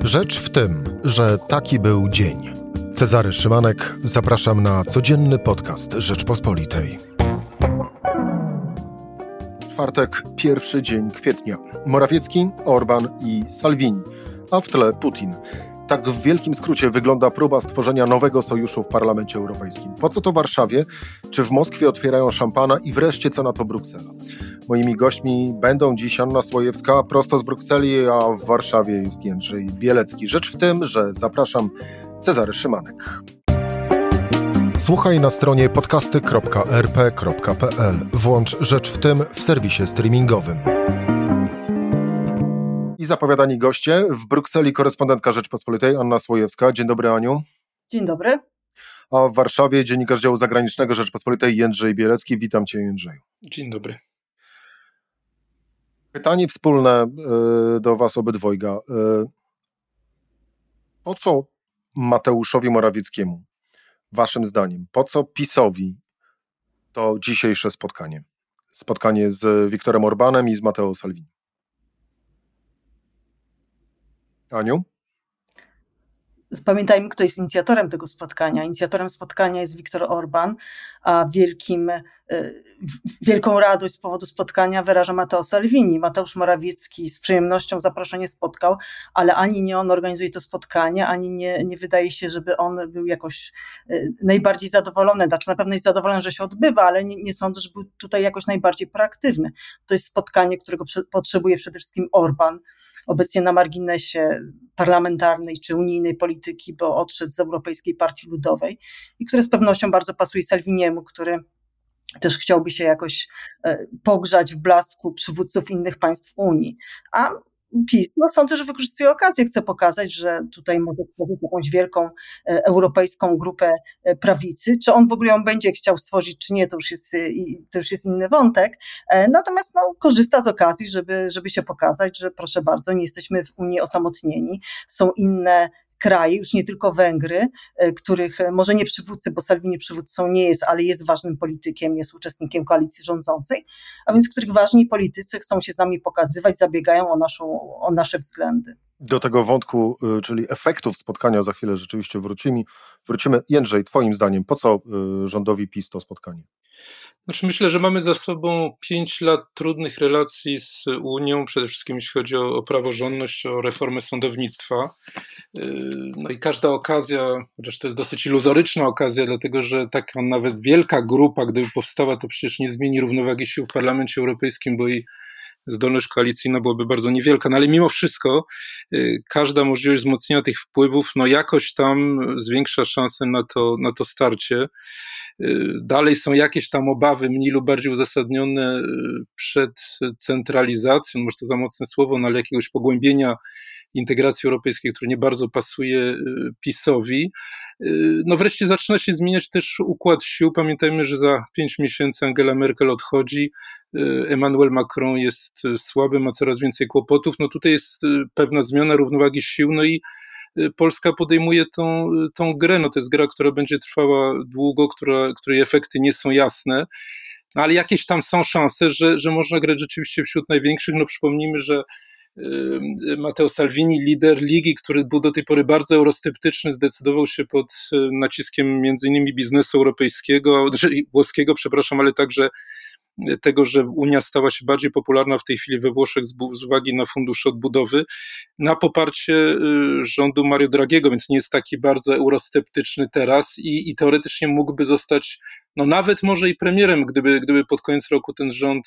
Rzecz w tym, że taki był dzień. Cezary Szymanek, zapraszam na codzienny podcast Rzeczpospolitej. Czwartek, pierwszy dzień kwietnia. Morawiecki, Orbán i Salvini, a w tle Putin. Tak w wielkim skrócie wygląda próba stworzenia nowego sojuszu w Parlamencie Europejskim. Po co to Warszawie? Czy w Moskwie otwierają szampana? I wreszcie co na to Bruksela? Moimi gośćmi będą dziś Anna Słojewska prosto z Brukseli, a w Warszawie jest Jędrzej Bielecki. Rzecz w tym, że zapraszam Cezary Szymanek. Słuchaj na stronie podcasty.rp.pl. Włącz Rzecz w tym w serwisie streamingowym. I zapowiadani goście. W Brukseli korespondentka Rzeczpospolitej Anna Słojewska. Dzień dobry, Aniu. Dzień dobry. A w Warszawie dziennikarz działu zagranicznego Rzeczpospolitej Jędrzej Bielecki. Witam Cię, Jędrzeju. Dzień dobry. Pytanie wspólne do Was obydwojga. Po co Mateuszowi Morawieckiemu, Waszym zdaniem, po co PiS-owi to dzisiejsze spotkanie? Spotkanie z Viktorem Orbánem i z Matteo Salvini. Aniu? Pamiętajmy, kto jest inicjatorem tego spotkania. Inicjatorem spotkania jest Viktor Orbán, a wielką radość z powodu spotkania wyraża Matteo Salvini. Mateusz Morawiecki z przyjemnością zaproszenie spotkał, ale ani nie on organizuje to spotkanie, ani nie wydaje się, żeby on był jakoś najbardziej zadowolony. Znaczy na pewno jest zadowolony, że się odbywa, ale nie sądzę, że był tutaj jakoś najbardziej proaktywny. To jest spotkanie, którego potrzebuje przede wszystkim Orbán, obecnie na marginesie parlamentarnej czy unijnej polityki, bo odszedł z Europejskiej Partii Ludowej i które z pewnością bardzo pasuje Salviniemu, który też chciałby się jakoś pogrzać w blasku przywódców innych państw Unii. A PiS, sądzę, że wykorzystuje okazję, chce pokazać, że tutaj może stworzyć jakąś wielką europejską grupę prawicy. Czy on w ogóle ją będzie chciał stworzyć, czy nie, to już jest inny wątek. Natomiast korzysta z okazji, żeby się pokazać, że proszę bardzo, nie jesteśmy w Unii osamotnieni. Są inne kraje, już nie tylko Węgry, których może nie przywódcy, bo Salvini przywódcą nie jest, ale jest ważnym politykiem, jest uczestnikiem koalicji rządzącej, a więc których ważni politycy chcą się z nami pokazywać, zabiegają o nasze względy. Do tego wątku, czyli efektów spotkania za chwilę rzeczywiście wrócimy. Jędrzej, twoim zdaniem, po co rządowi PiS to spotkanie? Znaczy myślę, że mamy za sobą 5 lat trudnych relacji z Unią, przede wszystkim jeśli chodzi o praworządność, o reformę sądownictwa. No i każda okazja, chociaż to jest dosyć iluzoryczna okazja, dlatego że taka nawet wielka grupa, gdyby powstała, to przecież nie zmieni równowagi sił w Parlamencie Europejskim, bo jej zdolność koalicyjna byłaby bardzo niewielka, no ale mimo wszystko każda możliwość wzmocnienia tych wpływów jakoś tam zwiększa szanse na to starcie. Dalej są jakieś tam obawy, mniej lub bardziej uzasadnione przed centralizacją, może to za mocne słowo, ale jakiegoś pogłębienia integracji europejskiej, które nie bardzo pasuje PiS-owi. Wreszcie zaczyna się zmieniać też układ sił. Pamiętajmy, że za 5 miesięcy Angela Merkel odchodzi, Emmanuel Macron jest słaby, ma coraz więcej kłopotów. Tutaj jest pewna zmiana równowagi sił, i Polska podejmuje tą grę. To jest gra, która będzie trwała długo, której efekty nie są jasne, ale jakieś tam są szanse, że można grać rzeczywiście wśród największych. Przypomnijmy, że Matteo Salvini, lider Ligi, który był do tej pory bardzo eurosceptyczny, zdecydował się pod naciskiem między innymi biznesu europejskiego, włoskiego, ale także tego, że Unia stała się bardziej popularna w tej chwili we Włoszech z uwagi na fundusz odbudowy, na poparcie rządu Mario Draghiego, więc nie jest taki bardzo eurosceptyczny teraz i teoretycznie mógłby zostać nawet może i premierem, gdyby pod koniec roku ten rząd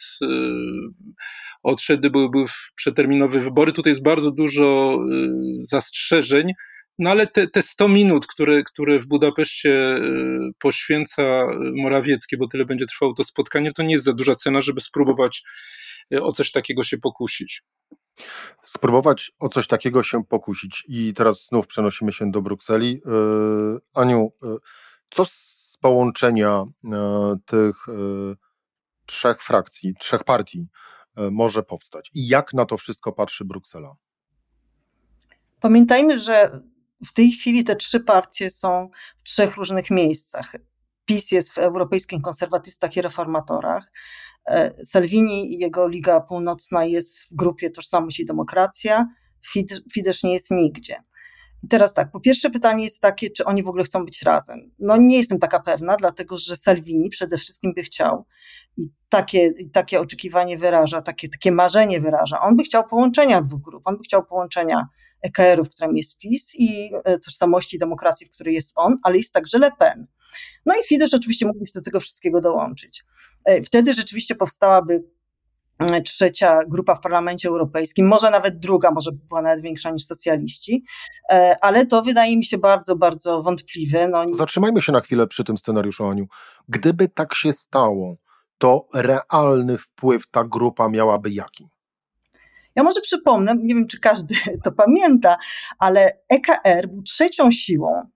odszedł, gdyby były przeterminowe wybory. Tutaj jest bardzo dużo zastrzeżeń, ale te 100 minut, które w Budapeszcie poświęca Morawiecki, bo tyle będzie trwało to spotkanie, to nie jest za duża cena, żeby spróbować o coś takiego się pokusić. Spróbować o coś takiego się pokusić. I teraz znów przenosimy się do Brukseli. Aniu, co z połączenia tych trzech frakcji, trzech partii może powstać? I jak na to wszystko patrzy Bruksela? Pamiętajmy, że w tej chwili te 3 partie są w 3 różnych miejscach. PiS jest w Europejskich Konserwatystach i Reformatorach. Salvini i jego Liga Północna jest w grupie Tożsamość i Demokracja. Fidesz nie jest nigdzie. I teraz tak, po pierwsze pytanie jest takie, czy oni w ogóle chcą być razem. No nie jestem taka pewna, dlatego że Salvini przede wszystkim by chciał i takie oczekiwanie wyraża, takie marzenie wyraża. On by chciał połączenia dwóch grup, on by chciał połączenia EKR-u, w którym jest PiS i tożsamości demokracji, w której jest on, ale jest także Le Pen. No i Fidesz oczywiście mógłby się do tego wszystkiego dołączyć. Wtedy rzeczywiście powstałaby trzecia grupa w Parlamencie Europejskim, może nawet druga, może by była nawet większa niż socjaliści, ale to wydaje mi się bardzo, bardzo wątpliwe. No, Zatrzymajmy się na chwilę przy tym scenariuszu, Aniu. Gdyby tak się stało, to realny wpływ ta grupa miałaby jaki? ja może przypomnę, nie wiem czy każdy to pamięta, ale EKR był trzecią siłą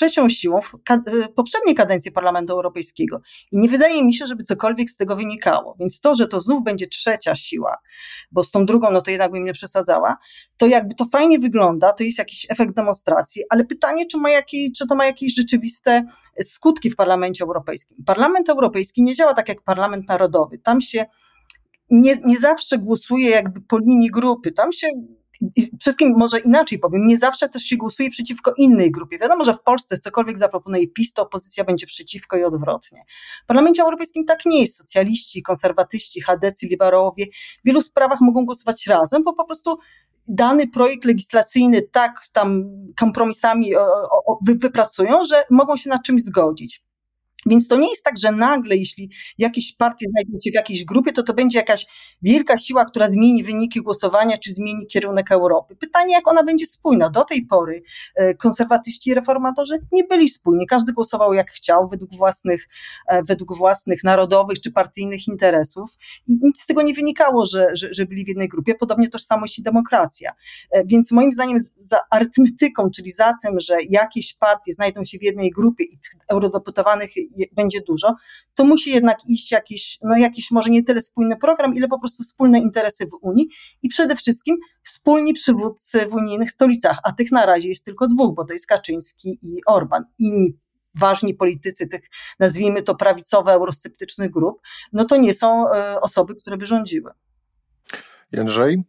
w poprzedniej kadencji Parlamentu Europejskiego i nie wydaje mi się, żeby cokolwiek z tego wynikało, więc to, że to znów będzie trzecia siła, bo z tą drugą, no to jednak bym nie przesadzała, to jakby to fajnie wygląda, to jest jakiś efekt demonstracji, ale pytanie, czy to ma jakieś rzeczywiste skutki w Parlamencie Europejskim. Parlament Europejski nie działa tak jak Parlament Narodowy, tam się nie zawsze głosuje jakby po linii grupy, tam się wszystkim może inaczej powiem, nie zawsze też się głosuje przeciwko innej grupie. Wiadomo, że w Polsce cokolwiek zaproponuje PiS, to opozycja będzie przeciwko i odwrotnie. W Parlamencie Europejskim tak nie jest. Socjaliści, konserwatyści, chadecy, liberałowie w wielu sprawach mogą głosować razem, bo po prostu dany projekt legislacyjny tak tam kompromisami wypracują, że mogą się nad czymś zgodzić. Więc to nie jest tak, że nagle, jeśli jakieś partie znajdą się w jakiejś grupie, to będzie jakaś wielka siła, która zmieni wyniki głosowania, czy zmieni kierunek Europy. Pytanie, jak ona będzie spójna. Do tej pory konserwatyści i reformatorzy nie byli spójni. Każdy głosował jak chciał, według własnych narodowych czy partyjnych interesów. I nic z tego nie wynikało, że byli w jednej grupie. Podobnie tożsamość i demokracja. Więc moim zdaniem za arytmetyką, czyli za tym, że jakieś partie znajdą się w jednej grupie i tych eurodeputowanych będzie dużo, to musi jednak iść jakiś może nie tyle spójny program, ile po prostu wspólne interesy w Unii i przede wszystkim wspólni przywódcy w unijnych stolicach, a tych na razie jest tylko dwóch, bo to jest Kaczyński i Orban. Inni ważni politycy tych, nazwijmy to prawicowo-eurosceptycznych grup, no to nie są osoby, które by rządziły. Jędrzej?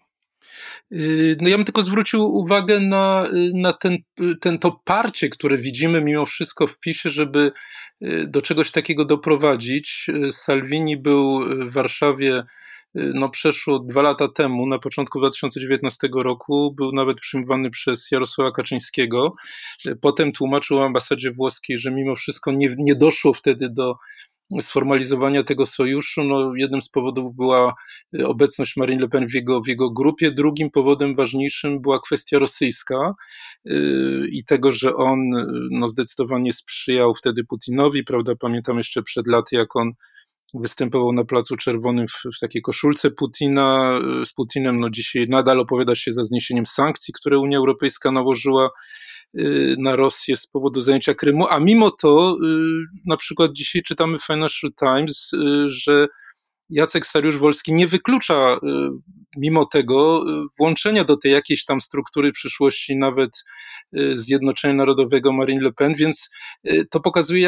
No ja bym tylko zwrócił uwagę na to parcie, które widzimy mimo wszystko w PiS-ie, żeby do czegoś takiego doprowadzić. Salvini był w Warszawie przeszło 2 lata temu, na początku 2019 roku, był nawet przyjmowany przez Jarosława Kaczyńskiego. Potem tłumaczył w ambasadzie włoskiej, że mimo wszystko nie doszło wtedy do sformalizowania tego sojuszu. Jednym z powodów była obecność Marine Le Pen w jego grupie, drugim powodem ważniejszym była kwestia rosyjska i tego, że on zdecydowanie sprzyjał wtedy Putinowi, prawda, pamiętam jeszcze przed laty, jak on występował na Placu Czerwonym w takiej koszulce Putina, z Putinem, dzisiaj nadal opowiada się za zniesieniem sankcji, które Unia Europejska nałożyła na Rosję z powodu zajęcia Krymu, a mimo to na przykład dzisiaj czytamy w Financial Times, że Jacek Saryusz-Wolski nie wyklucza mimo tego włączenia do tej jakiejś tam struktury przyszłości nawet Zjednoczenia Narodowego Marine Le Pen, więc to pokazuje,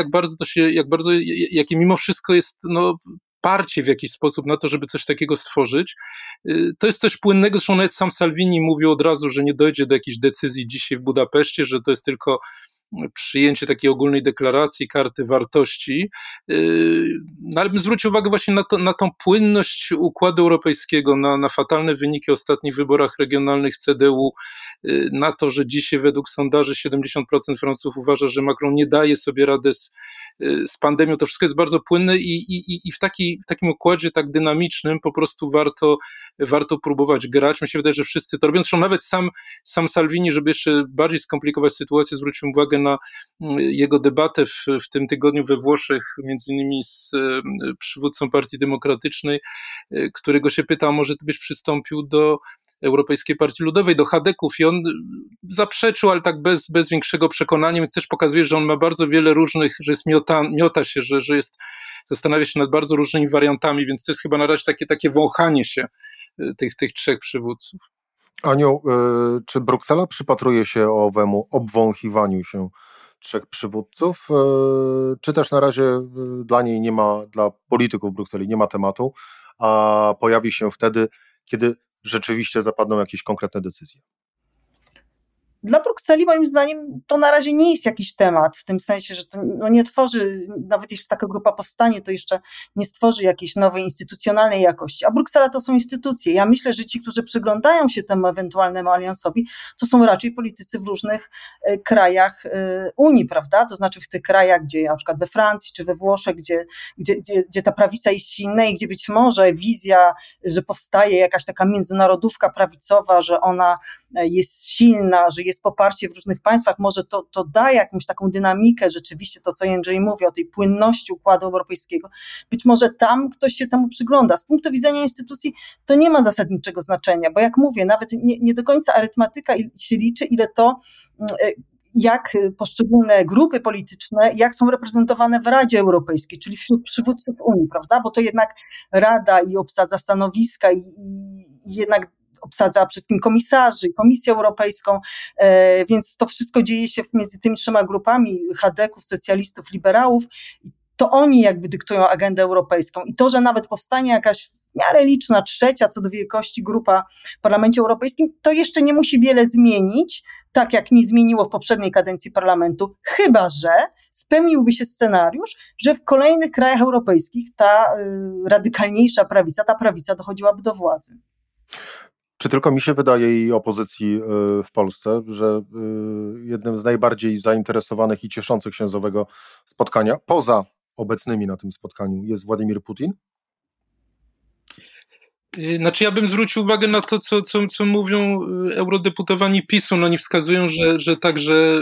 jakie mimo wszystko jest parcie w jakiś sposób na to, żeby coś takiego stworzyć. To jest coś płynnego, zresztą nawet sam Salvini mówił od razu, że nie dojdzie do jakiejś decyzji dzisiaj w Budapeszcie, że to jest tylko przyjęcie takiej ogólnej deklaracji, karty wartości, ale bym zwrócił uwagę właśnie na tą płynność układu europejskiego, na fatalne wyniki ostatnich wyborach regionalnych CDU, na to, że dzisiaj według sondaży 70% Francuzów uważa, że Macron nie daje sobie rady z pandemią. To wszystko jest bardzo płynne i w takim układzie tak dynamicznym po prostu warto próbować grać. Mi się wydaje, że wszyscy to robią. Zresztą nawet sam Salvini, żeby jeszcze bardziej skomplikować sytuację, zwrócił uwagę na jego debatę w tym tygodniu we Włoszech, między innymi z przywódcą Partii Demokratycznej, którego się pyta, może ty byś przystąpił do Europejskiej Partii Ludowej, do chadeków, i on zaprzeczył, ale tak bez większego przekonania, więc też pokazuje, że on ma bardzo wiele różnych, że jest miota się, że zastanawia się nad bardzo różnymi wariantami, więc to jest chyba na razie takie wąchanie się tych trzech przywódców. Aniu, czy Bruksela przypatruje się owemu obwąchiwaniu się trzech przywódców, czy też na razie dla niej nie ma, dla polityków Brukseli nie ma tematu, a pojawi się wtedy, kiedy rzeczywiście zapadną jakieś konkretne decyzje? Dla Brukseli moim zdaniem to na razie nie jest jakiś temat, w tym sensie, że to nie tworzy, nawet jeśli taka grupa powstanie, to jeszcze nie stworzy jakiejś nowej instytucjonalnej jakości, a Bruksela to są instytucje. Ja myślę, że ci, którzy przyglądają się temu ewentualnemu aliansowi, to są raczej politycy w różnych krajach Unii, prawda? To znaczy w tych krajach, gdzie na przykład we Francji czy we Włoszech, gdzie ta prawica jest silna i gdzie być może wizja, że powstaje jakaś taka międzynarodówka prawicowa, że ona jest silna, że jest poparcie w różnych państwach, może to da jakąś taką dynamikę, rzeczywiście to, co Jędrzej mówi o tej płynności układu europejskiego. Być może tam ktoś się temu przygląda. Z punktu widzenia instytucji to nie ma zasadniczego znaczenia, bo jak mówię, nawet nie do końca arytmetyka się liczy, ile to, jak poszczególne grupy polityczne, jak są reprezentowane w Radzie Europejskiej, czyli wśród przywódców Unii, prawda? Bo to jednak Rada i obsadza stanowiska i jednak obsadza wszystkim komisarzy, Komisję Europejską, więc to wszystko dzieje się między tymi trzema grupami, chadeków, socjalistów, liberałów, to oni jakby dyktują agendę europejską i to, że nawet powstanie jakaś w miarę liczna, trzecia co do wielkości grupa w Parlamencie Europejskim, to jeszcze nie musi wiele zmienić, tak jak nie zmieniło w poprzedniej kadencji parlamentu, chyba że spełniłby się scenariusz, że w kolejnych krajach europejskich ta radykalniejsza prawica, ta prawica dochodziłaby do władzy. Czy tylko mi się wydaje i opozycji w Polsce, że jednym z najbardziej zainteresowanych i cieszących się z owego spotkania, poza obecnymi na tym spotkaniu, jest Władimir Putin? Znaczy ja bym zwrócił uwagę na to, co mówią eurodeputowani PiS-u. No oni wskazują, że także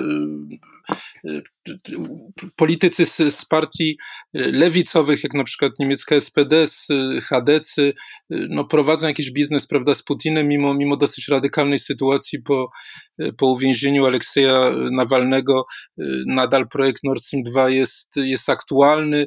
politycy z partii lewicowych, jak na przykład niemiecka SPD, chadecy, no prowadzą jakiś biznes, prawda, z Putinem, mimo dosyć radykalnej sytuacji po uwięzieniu Aleksieja Nawalnego. Nadal projekt Nord Stream 2 jest aktualny.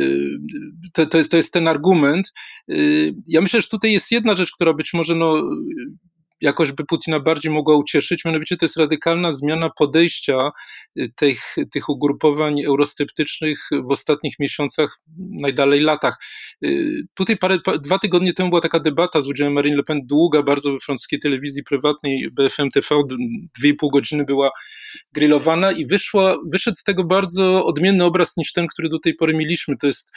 To jest ten argument. Ja myślę, że tutaj jest jedna rzecz, która być może jakoś by Putina bardziej mogła ucieszyć, mianowicie to jest radykalna zmiana podejścia tych ugrupowań eurosceptycznych w ostatnich miesiącach, najdalej latach. Tutaj 2 tygodnie temu była taka debata z udziałem Marine Le Pen, długa bardzo we francuskiej telewizji prywatnej, BFM TV, 2,5 godziny była grillowana i wyszedł z tego bardzo odmienny obraz niż ten, który do tej pory mieliśmy. To jest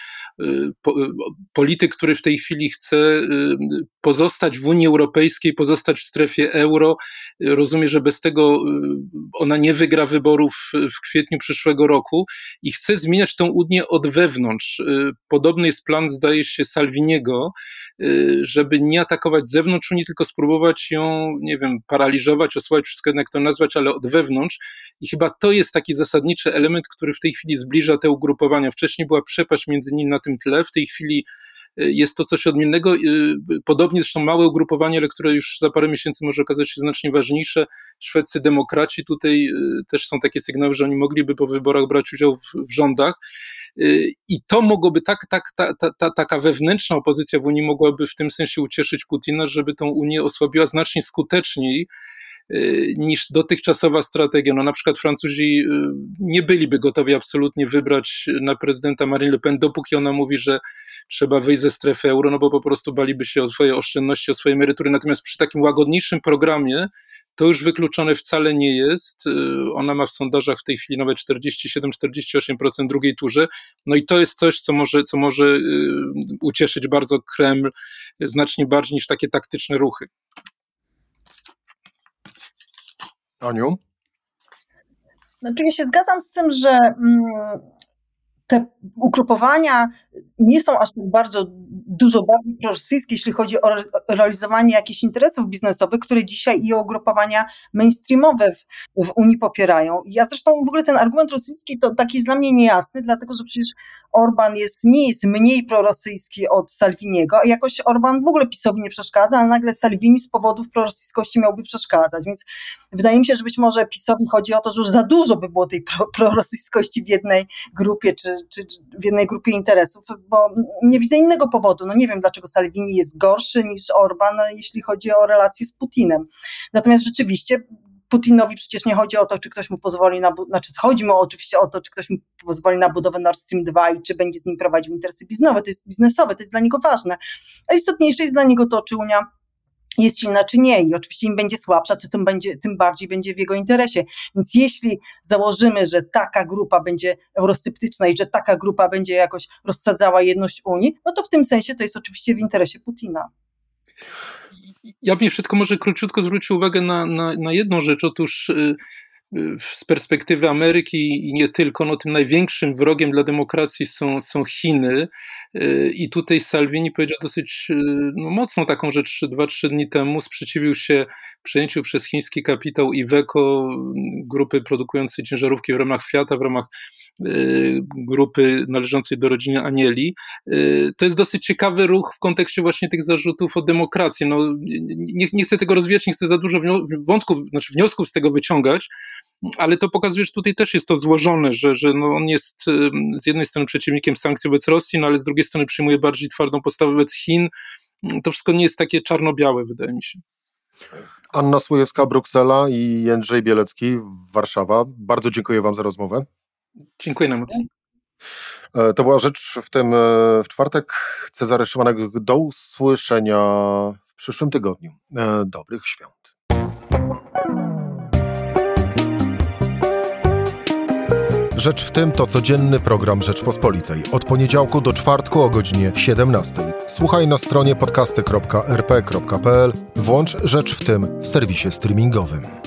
polityk, który w tej chwili chce pozostać w Unii Europejskiej, pozostać w strefie euro. Rozumie, że bez tego ona nie wygra wyborów w kwietniu przyszłego roku i chce zmieniać tę Unię od wewnątrz. Podobny jest plan, zdaje się, Salviniego, żeby nie atakować z zewnątrz Unii, tylko spróbować ją, nie wiem, paraliżować, osłabić, wszystko jak to nazwać, ale od wewnątrz. I chyba to jest taki zasadniczy element, który w tej chwili zbliża te ugrupowania. Wcześniej była przepaść między nimi na tym tle, w tej chwili jest to coś odmiennego. Podobnie zresztą małe ugrupowanie, ale które już za parę miesięcy może okazać się znacznie ważniejsze. Szwedzcy demokraci, tutaj też są takie sygnały, że oni mogliby po wyborach brać udział w rządach. I to mogłoby, taka wewnętrzna opozycja w Unii mogłaby w tym sensie ucieszyć Putina, żeby tą Unię osłabiła znacznie skuteczniej niż dotychczasowa strategia. No na przykład Francuzi nie byliby gotowi absolutnie wybrać na prezydenta Marine Le Pen, dopóki ona mówi, że trzeba wyjść ze strefy euro, no bo po prostu baliby się o swoje oszczędności, o swoje emerytury. Natomiast przy takim łagodniejszym programie to już wykluczone wcale nie jest. Ona ma w sondażach w tej chwili nawet 47-48% w drugiej turze. No i to jest coś, co może ucieszyć bardzo Kreml znacznie bardziej niż takie taktyczne ruchy. Aniu? Znaczy ja się zgadzam z tym, że te ugrupowania nie są aż tak dużo bardziej prorosyjskie, jeśli chodzi o realizowanie jakichś interesów biznesowych, które dzisiaj i ugrupowania mainstreamowe w Unii popierają. Ja zresztą w ogóle ten argument rosyjski to taki jest dla mnie niejasny, dlatego że przecież Orban nie jest mniej prorosyjski od Salviniego, a jakoś Orban w ogóle PiS-owi nie przeszkadza, ale nagle Salvini z powodów prorosyjskości miałby przeszkadzać, więc wydaje mi się, że być może PiS-owi chodzi o to, że już za dużo by było tej prorosyjskości w jednej grupie, czy w jednej grupie interesów, bo nie widzę innego powodu. No nie wiem, dlaczego Salvini jest gorszy niż Orban, jeśli chodzi o relacje z Putinem. Natomiast rzeczywiście Putinowi przecież nie chodzi o to, czy ktoś mu pozwoli chodzi mu oczywiście o to, czy ktoś mu pozwoli na budowę Nord Stream 2 i czy będzie z nim prowadził interesy biznesowe, to jest dla niego ważne. A istotniejsze jest dla niego to, czy Unia jest silna czy nie. I oczywiście im będzie słabsza, to tym bardziej będzie w jego interesie. Więc jeśli założymy, że taka grupa będzie eurosceptyczna i że taka grupa będzie jakoś rozsadzała jedność Unii, no to w tym sensie to jest oczywiście w interesie Putina. Ja bym jeszcze tylko może króciutko zwrócił uwagę na jedną rzecz. Otóż z perspektywy Ameryki i nie tylko, no tym największym wrogiem dla demokracji są Chiny i tutaj Salvini powiedział dosyć mocną taką rzecz 2-3 dni temu, sprzeciwił się przejęciu przez chiński kapitał Iveco, grupy produkującej ciężarówki w ramach Fiata, w ramach grupy należącej do rodziny Agnelli. To jest dosyć ciekawy ruch w kontekście właśnie tych zarzutów o demokrację. No, nie chcę tego rozwijać, nie chcę za dużo wniosków z tego wyciągać, ale to pokazuje, że tutaj też jest to złożone, że on jest z jednej strony przeciwnikiem sankcji wobec Rosji, no ale z drugiej strony przyjmuje bardziej twardą postawę wobec Chin. To wszystko nie jest takie czarno-białe, wydaje mi się. Anna Słojewska, Bruksela i Jędrzej Bielecki, Warszawa. Bardzo dziękuję wam za rozmowę. Dziękuję najmocniej. To była Rzecz w czwartek. Cezary Szymanek, do usłyszenia w przyszłym tygodniu. Dobrych świąt. Rzecz w tym to codzienny program Rzeczpospolitej. Od poniedziałku do czwartku o godzinie 17. Słuchaj na stronie podcasty.rp.pl. Włącz Rzecz w tym w serwisie streamingowym.